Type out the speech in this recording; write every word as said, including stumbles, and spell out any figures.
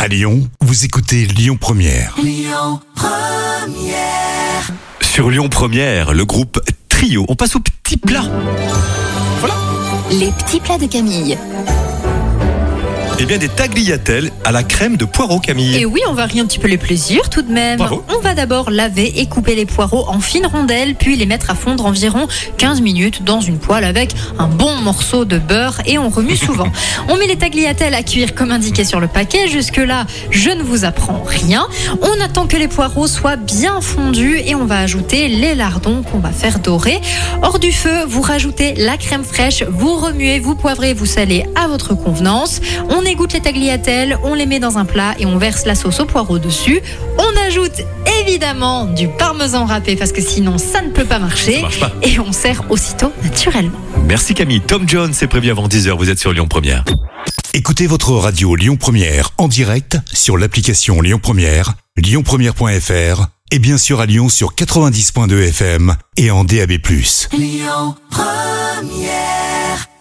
À Lyon, vous écoutez Lyon Première. Lyon Première. Sur Lyon Première, le groupe Trio. On passe au petit plat. Voilà. Les petits plats de Camille. Eh bien, des tagliatelles à la crème de poireaux, Camille. Et oui, on varie un petit peu les plaisirs tout de même. Bravo. On va d'abord laver et couper les poireaux en fines rondelles, puis les mettre à fondre environ quinze minutes dans une poêle avec un bon morceau de beurre et on remue souvent. On met les tagliatelles à cuire comme indiqué sur le paquet. Jusque-là, je ne vous apprends rien. On attend que les poireaux soient bien fondus et on va ajouter les lardons qu'on va faire dorer. Hors du feu, vous rajoutez la crème fraîche, vous remuez, vous poivrez, vous salez à votre convenance. On égoutte les tagliatelles, on les met dans un plat et on verse la sauce aux poireaux dessus. On ajoute évidemment du parmesan râpé parce que sinon ça ne peut pas marcher. Ça marche pas. Et on sert aussitôt naturellement. Merci Camille. Tom Jones est prévu avant dix heures. Vous êtes sur Lyon Première. Écoutez votre radio Lyon Première en direct sur l'application Lyon Première, lyon première point f r et bien sûr à Lyon sur quatre-vingt-dix point deux F M et en D A B plus. Lyon Première.